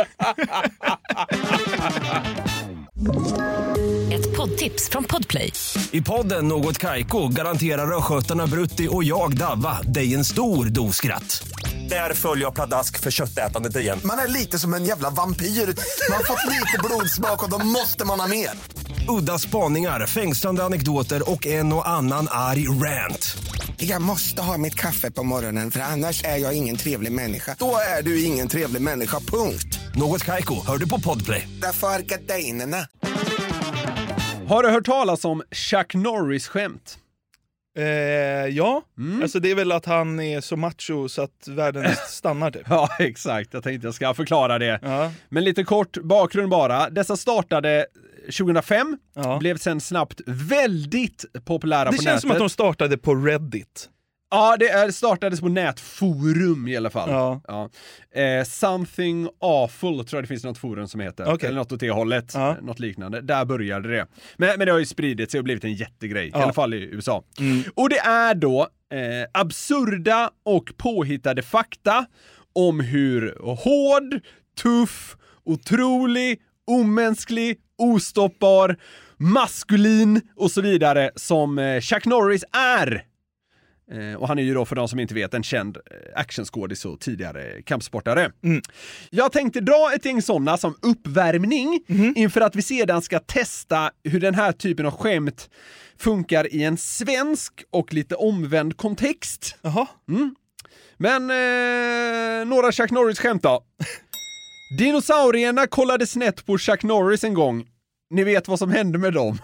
S21: Ett poddtips från Podplay.
S1: I podden Något Kaiko garanterar röskötarna Brutti och jag Davva dig en stor doskratt. Där följer jag pladask för köttätandet igen.
S2: Man är lite som en jävla vampyr. Man har fått lite blodsmak och då måste man ha mer.
S1: Udda spaningar, fängslande anekdoter och en och annan arg rant.
S2: Jag måste ha mitt kaffe på morgonen, för annars är jag ingen trevlig människa. Då är du ingen trevlig människa, punkt.
S1: Något Kaiko, hör du på Podplay.
S2: Därför är gardinerna.
S8: Har du hört talas om Chuck Norris-skämt?
S7: Ja, alltså det är väl att han är så macho så att världen stannar typ.
S8: Ja, exakt. Jag tänkte jag ska förklara det. Ja. Men lite kort bakgrund bara. Dessa startade 2005, blev sen snabbt väldigt populära på nätet.
S7: Det känns som att de startade på Reddit.
S8: Ja, det startades på nätforum i alla fall. Ja. Something Awful tror jag det finns något forum som heter. Okay. Eller något åt det hållet. Något liknande. Där började det. Men det har ju spridit sig och blivit en jättegrej. I alla fall i USA. Och det är då absurda och påhittade fakta om hur hård, tuff, otrolig, omänsklig, ostoppbar, maskulin och så vidare som Chuck Norris är. Och han är ju då, för de som inte vet, en känd actionskådis och tidigare kampsportare. Jag tänkte dra ett gäng sådana som uppvärmning inför att vi sedan ska testa hur den här typen av skämt funkar i en svensk och lite omvänd kontext. Men några Chuck Norris-skämt då. Dinosaurierna kollade snett på Chuck Norris en gång. Ni vet vad som hände med dem.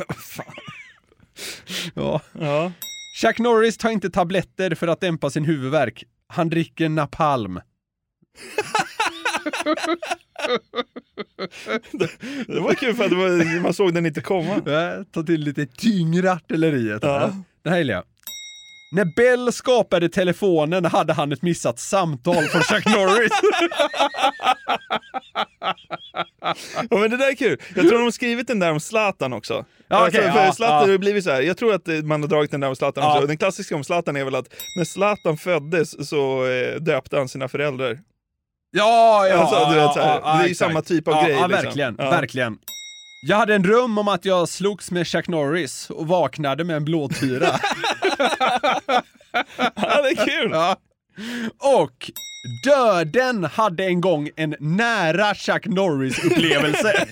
S8: Ja. Chuck Norris tar inte tabletter för att dämpa sin huvudvärk. Han dricker napalm.
S7: Det var kul för att man såg den inte komma.
S8: Ta till lite tyngre artilleriet. Det här gillar jag. När Bell skapade telefonen hade han ett missat samtal från Chuck Norris.
S7: Ja, men det där är kul. Jag tror de har skrivit den där om Zlatan också. För Zlatan har blivit så här. Jag tror att man har dragit den där om Zlatan också. Den klassiska om Zlatan är väl att när Zlatan föddes så döpte han sina föräldrar. Det är ju samma typ av grej.
S8: Ja, verkligen, verkligen. Jag hade en dröm om att jag slogs med Chuck Norris och vaknade med en blåtyra.
S7: Ja, det är kul.
S8: Och döden hade en gång en nära Chuck Norris-upplevelse.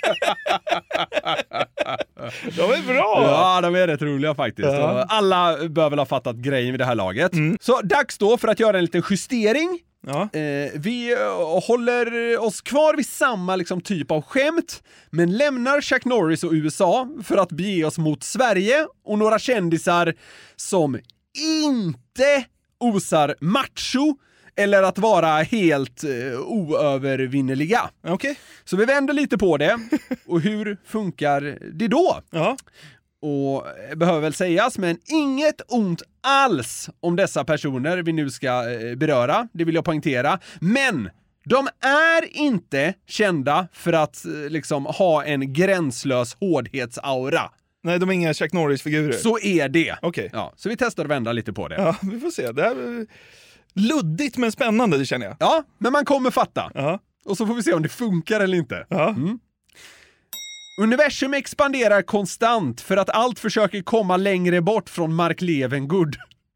S7: De är bra!
S8: Ja, de är rätt roliga faktiskt. Alla bör väl ha fattat grejen vid det här laget. Så dags då för att göra en liten justering. Vi håller oss kvar vid samma typ av skämt, men lämnar Chuck Norris och USA för att bege oss mot Sverige och några kändisar som inte osar macho eller att vara helt oövervinneliga. Så vi vänder lite på det. Och hur funkar det då? Och behöver väl sägas, men inget ont alls om dessa personer vi nu ska beröra, det vill jag poängtera. Men de är inte kända för att ha en gränslös hårdhetsaura.
S7: Nej, de är inga Chuck Norris-figurer.
S8: Så är det. Så vi testar att vända lite på det.
S7: Ja, vi får se. Det här är luddigt men spännande, det känner jag.
S8: Ja, men man kommer fatta. Och så får vi se om det funkar eller inte. Universum expanderar konstant för att allt försöker komma längre bort från Mark Levengood.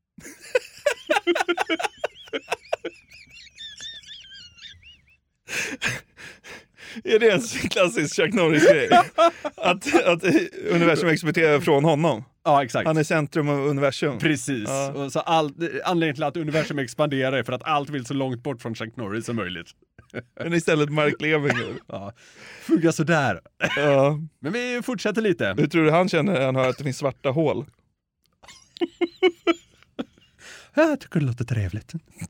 S7: Är det en klassisk Chuck Norris-grej? att universum exporterar från honom?
S8: Ja, exakt.
S7: Han är centrum av universum.
S8: Precis. Och så anledningen till att universum expanderar är för att allt vill så långt bort från Chuck Norris som möjligt.
S7: Men istället Mark Levengood.
S8: Funkar sådär. Men vi fortsätter lite.
S7: Hur tror du han känner när han hör att det finns svarta hål?
S8: Jag tycker det låter trevligt.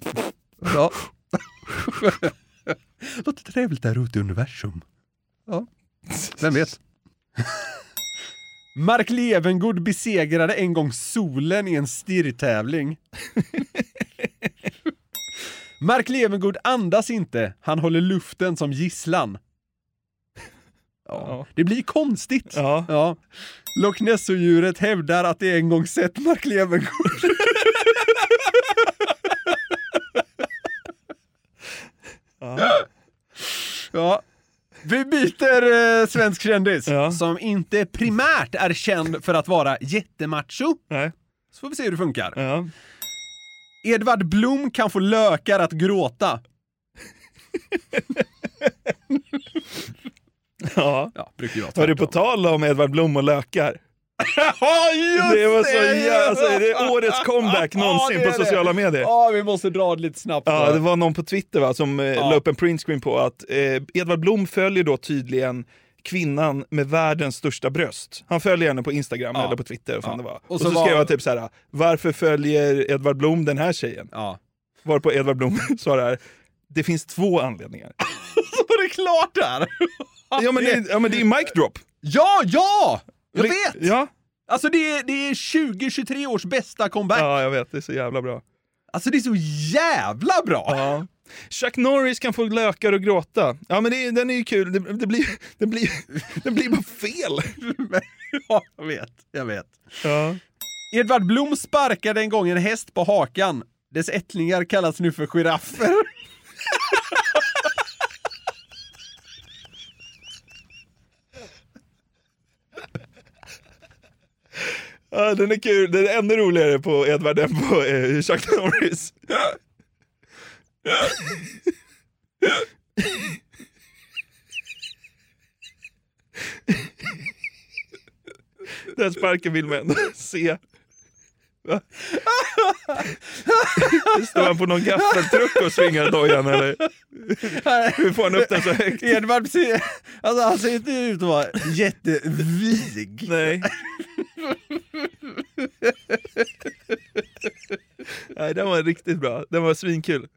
S8: Låter trevligt där ute i universum. Vem vet? Mark Levengood besegrade en gång solen i en stirrtävling. Mark Levengood andas inte. Han håller luften som gisslan. Det blir konstigt. Loch Ness-djuret hävdar att det en gång sett Mark Levengood. Vi byter svensk kändis som inte primärt är känd för att vara jättemacho. Så får vi se hur det funkar. Edvard Blom kan få lökar att gråta. Brukar jag
S7: var det på tal om Edvard Blom och lökar?
S8: Det
S7: var så det är årets comeback någonsin på sociala medier.
S8: Vi måste dra det lite snabbt.
S7: Det var någon på Twitter som la upp en printscreen på att Edvard Blom följer då tydligen
S20: kvinnan med världens största bröst. Han följer henne på Instagram eller på Twitter. Fan det var. Och så skrev han typ så här: varför följer Edvard Blom den här tjejen? Varpå Edvard Blom svarar: det finns 2 anledningar.
S8: Så var det klart där.
S20: Ja men det är mic drop.
S8: Ja! Jag vet!
S20: Ja.
S8: Alltså det är 2023 års bästa comeback.
S20: Ja, jag vet. Det är så jävla bra.
S8: Alltså det är så jävla bra.
S20: Ja. Chuck Norris kan få lökar och gråta. Ja, men den är ju kul. Det blir bara fel.
S8: Ja, jag vet.
S20: Ja.
S8: Edvard Blom sparkade en gång en häst på hakan. Dess ättlingar kallas nu för giraffer.
S20: Ja, den är kul. Den är ännu roligare på Edvard än på Chuck Norris. Den sparken vill man ändå se. Står han på någon gaffeltruck och svingar dojan eller? Hur får han upp den så högt?
S8: Edvard ser, alltså han ser inte ut att vara jättevig.
S20: Nej. Nej, den var riktigt bra. Den var svinkul.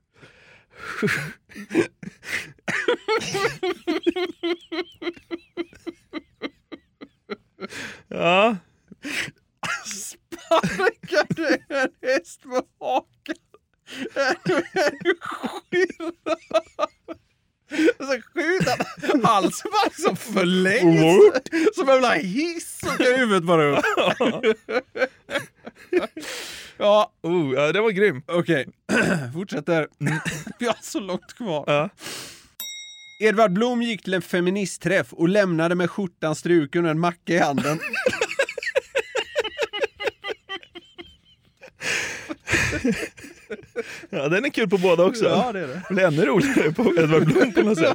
S20: Ja.
S8: Sparkade en häst på hakan. Så skjuter halsen bara så förlängs. Som en jävla hiss och huvudet bara upp. Ja,
S20: det var grym.
S8: Okej, fortsätter. Vi har så långt kvar.
S20: Ja.
S8: Edvard Blom gick till en feministträff och lämnade med skjortan struken och en macka i handen.
S20: Ja, den är kul på båda också.
S8: Ja, det är det.
S20: Men ännu roligare på Edvard Blom på något sätt.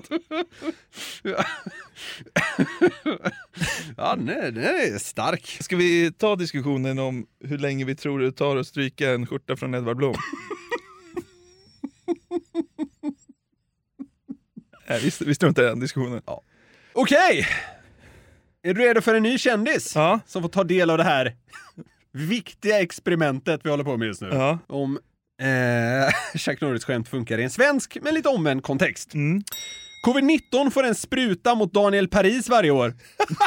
S8: Ja, den är stark.
S20: Ska vi ta diskussionen om hur länge vi tror det tar att stryka en skjorta från Edvard Blom? Nej, vi struntar i den diskussionen.
S8: Ja. Okej! Är du redo för en ny kändis?
S20: Ja.
S8: Som får ta del av det här viktiga experimentet vi håller på med just nu.
S20: Ja.
S8: Om Chuck Norris skämt funkar i en svensk men lite omvänd kontext. Covid-19 får en spruta mot Daniel Paris varje år.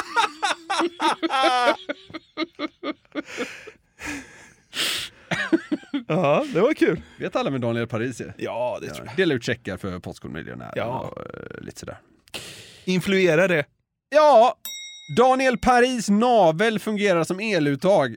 S20: Ja, det var kul.
S8: Vet alla med Daniel Paris är?
S20: Ja, det tror jag.
S8: Dela ut checkar för Postkodmiljonären.
S20: Ja.
S8: Och lite sådär.
S20: Influerade.
S8: Ja, Daniel Paris navel fungerar som eluttag.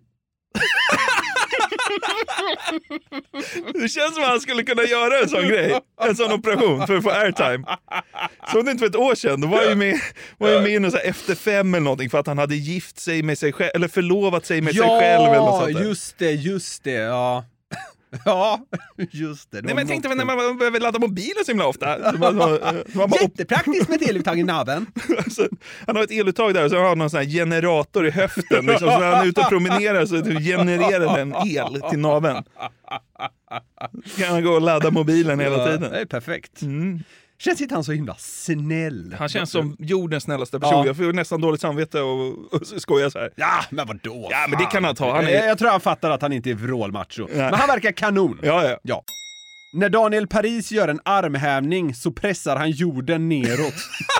S20: Det känns som att han skulle kunna göra en sån grej. En sån operation för att få airtime. Så det inte för ett år sedan. Då var ju med i någon så här efter 5 eller någonting. För att han hade gift sig med sig själv. Eller förlovat sig med sig själv eller något sånt där.
S8: Just det, ja. Ja, just det.
S20: Nej, men jag tänkte när man behöver ladda mobilen så himla ofta.
S8: Jättepraktiskt med ett eluttag i naveln.
S20: Alltså, han har ett eluttag där och så har han någon sån här generator i höften. Liksom, så när han är ute och promenerar så genererar den el till naveln. Kan han gå och ladda mobilen hela tiden.
S8: Det är perfekt. Känns inte han så himla snäll?
S20: Han känns som jordens snällaste person. Jag får nästan dåligt samvete och skoja så här.
S8: Ja, men vadå?
S20: Ja, men det kan han ta.
S8: Jag tror han fattar att han inte är vrålmacho. Men han verkar kanon.
S20: Ja.
S8: När Daniel Paris gör en armhävning så pressar han jorden neråt.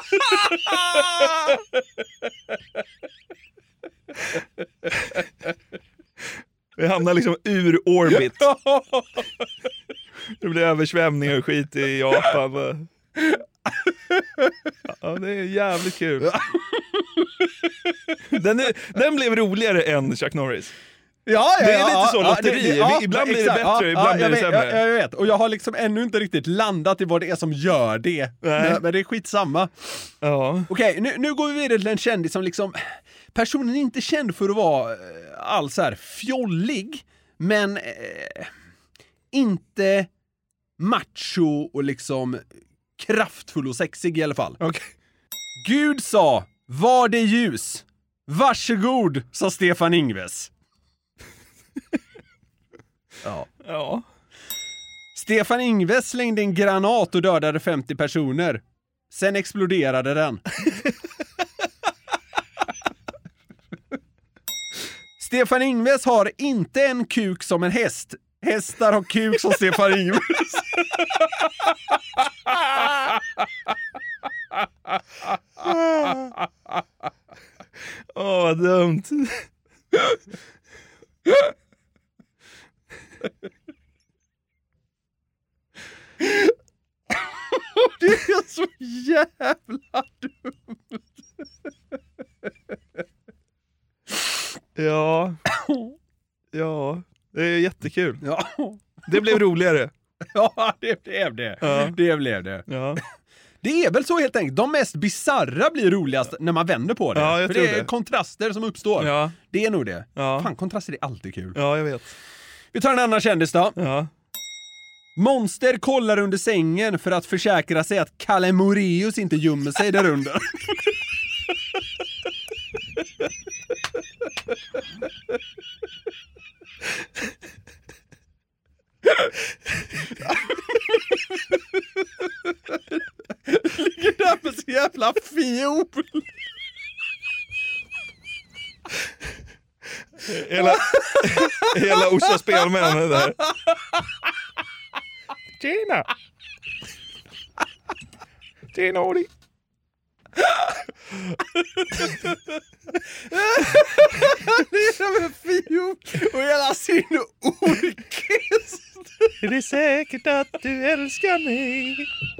S20: Vi hamnar liksom ur orbit. Det blir översvämningar och skit i Japan. Ja, det är jävligt kul. Den blev roligare än Chuck Norris.
S8: Ja,
S20: det är lite så lotteri. Ibland blir det bättre, ibland blir det sämre.
S8: Jag vet, och jag har liksom ännu inte riktigt landat i vad det är som gör det. Men det är skitsamma.
S20: Ja.
S8: Okej, nu går vi vidare till en kändis som liksom... Personen är inte känd för att vara alls så här fjollig, men inte macho och liksom kraftfull och sexig i alla fall.
S20: Okay.
S8: Gud sa, var det ljus? Varsågod, sa Stefan Ingves.
S20: Ja.
S8: Stefan Ingves slängde en granat och dödade 50 personer. Sen exploderade den. Stefan Ingves har inte en kuk som en häst. Hästar har kuk som Stefan Ingves.
S20: Åh, vad dumt.
S8: Det är så jävla dumt.
S20: Ja, det är jättekul.
S8: Ja.
S20: Det blev roligare.
S8: Ja, det blev det.
S20: Ja.
S8: Det blev det.
S20: Ja.
S8: Det är väl så helt enkelt. De mest bizarra blir roligast när man vänder på det.
S20: Ja, jag
S8: för
S20: tror
S8: det är
S20: det.
S8: kontraster som uppstår.
S20: Ja.
S8: Det är nog det.
S20: Ja.
S8: Fan, kontraster är alltid kul.
S20: Ja, jag vet.
S8: Vi tar en annan kändis då.
S20: Ja.
S8: Monster kollar under sängen för att försäkra sig att Kalle Moraeus inte gömmer sig där under. Ligger där med så jävla fiol.
S20: Hela Orsa spelmän är där. Tjena Ori.
S8: Det är med fiol och hela sin orkester.
S20: Är det säkert att du älskar mig?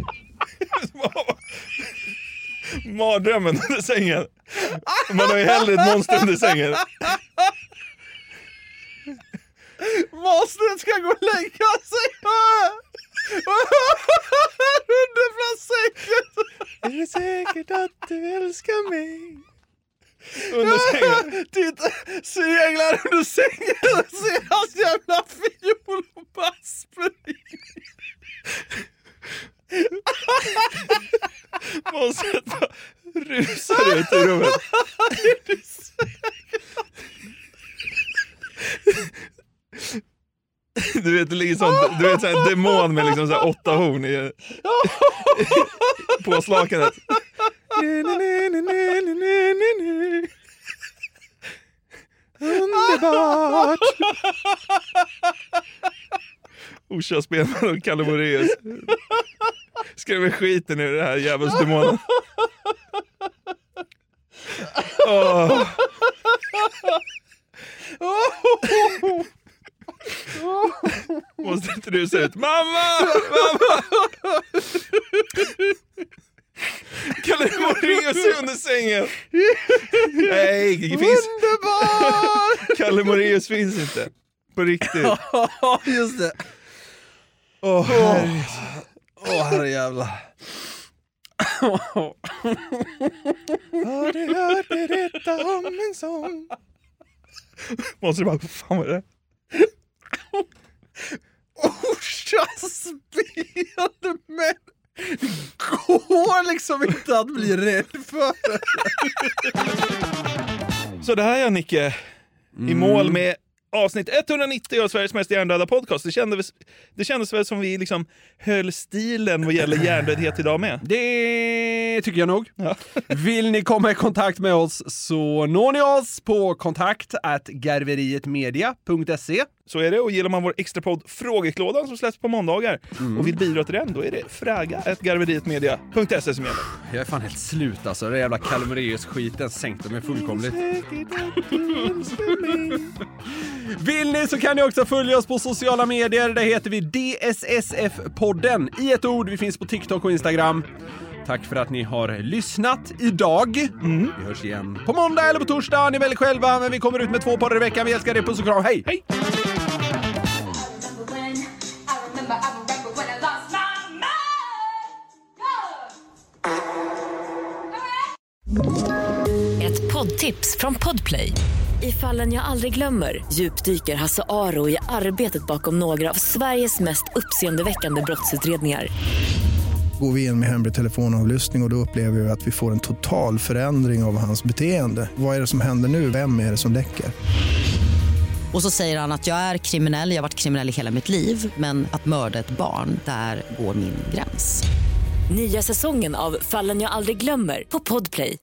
S20: Mardrömmen under sängen. Man har ju hellre ett monster under sängen.
S8: Monstret ska gå och lägga sig under från sängen.
S20: Är det säkert att du älskar mig? Under sängen.
S8: Titta, seglar under sängen och ser hans jävla fiol och basper.
S20: Monstret rusar ut ur rummet. Du vet, det ligger sånt, du vet, så här, demon med liksom så här 8 horn i påslakanet. Underbart! Orsa spelman och Kalle Moraeus skrev skiten i det här jävelsdemonen. Åh. Måste inte du se ut? Mamma! Mamma! Kalle Moraeus är under sängen. Nej, det finns.
S8: Underbart!
S20: Kalle Moraeus finns inte. På riktigt.
S8: Ja, just det. Herrejävlar.
S20: Har du hört berätta om en sång? Måste du bara, fan vad är det?
S8: Orsa spelmän. Går liksom inte att bli rädd för.
S20: Så det här är Nicke i mål med avsnitt 190 av Sveriges mest hjärndöda podcast. Det kändes väl som vi liksom höll stilen vad gäller hjärndödhet idag med.
S8: Det tycker jag nog.
S20: Ja.
S8: Vill ni komma i kontakt med oss så når ni oss på kontakt@garverietmedia.se.
S20: Så är det, och gillar man vår extra podd Frågeklådan som släpps på måndagar och vill bidra till den, då är det fraga@garverietmedia.se som gäller.
S8: Jag är fan helt slut alltså, det jävla Kalle Moraeus skiten sänkte mig fullkomligt. Vill ni så kan ni också följa oss på sociala medier. Där heter vi DSSF-podden i ett ord. Vi finns på TikTok och Instagram. Tack för att ni har lyssnat idag. Vi hörs igen på måndag eller på torsdag. Ni väljer själva, men vi kommer ut med 2 poddar i veckan. Vi älskar er, puss och kram. Hej!
S20: Hej!
S21: Ett poddtips från Podplay. I Fallen jag aldrig glömmer djupdyker Hasse Aro i arbetet bakom några av Sveriges mest uppseendeväckande brottsutredningar.
S22: Går vi in med hemlig telefonavlyssning och då upplever vi att vi får en total förändring av hans beteende. Vad är det som händer nu? Vem är det som läcker?
S23: Och så säger han att jag är kriminell, jag har varit kriminell i hela mitt liv. Men att mörda ett barn, där går min gräns.
S21: Nya säsongen av Fallen jag aldrig glömmer på Podplay.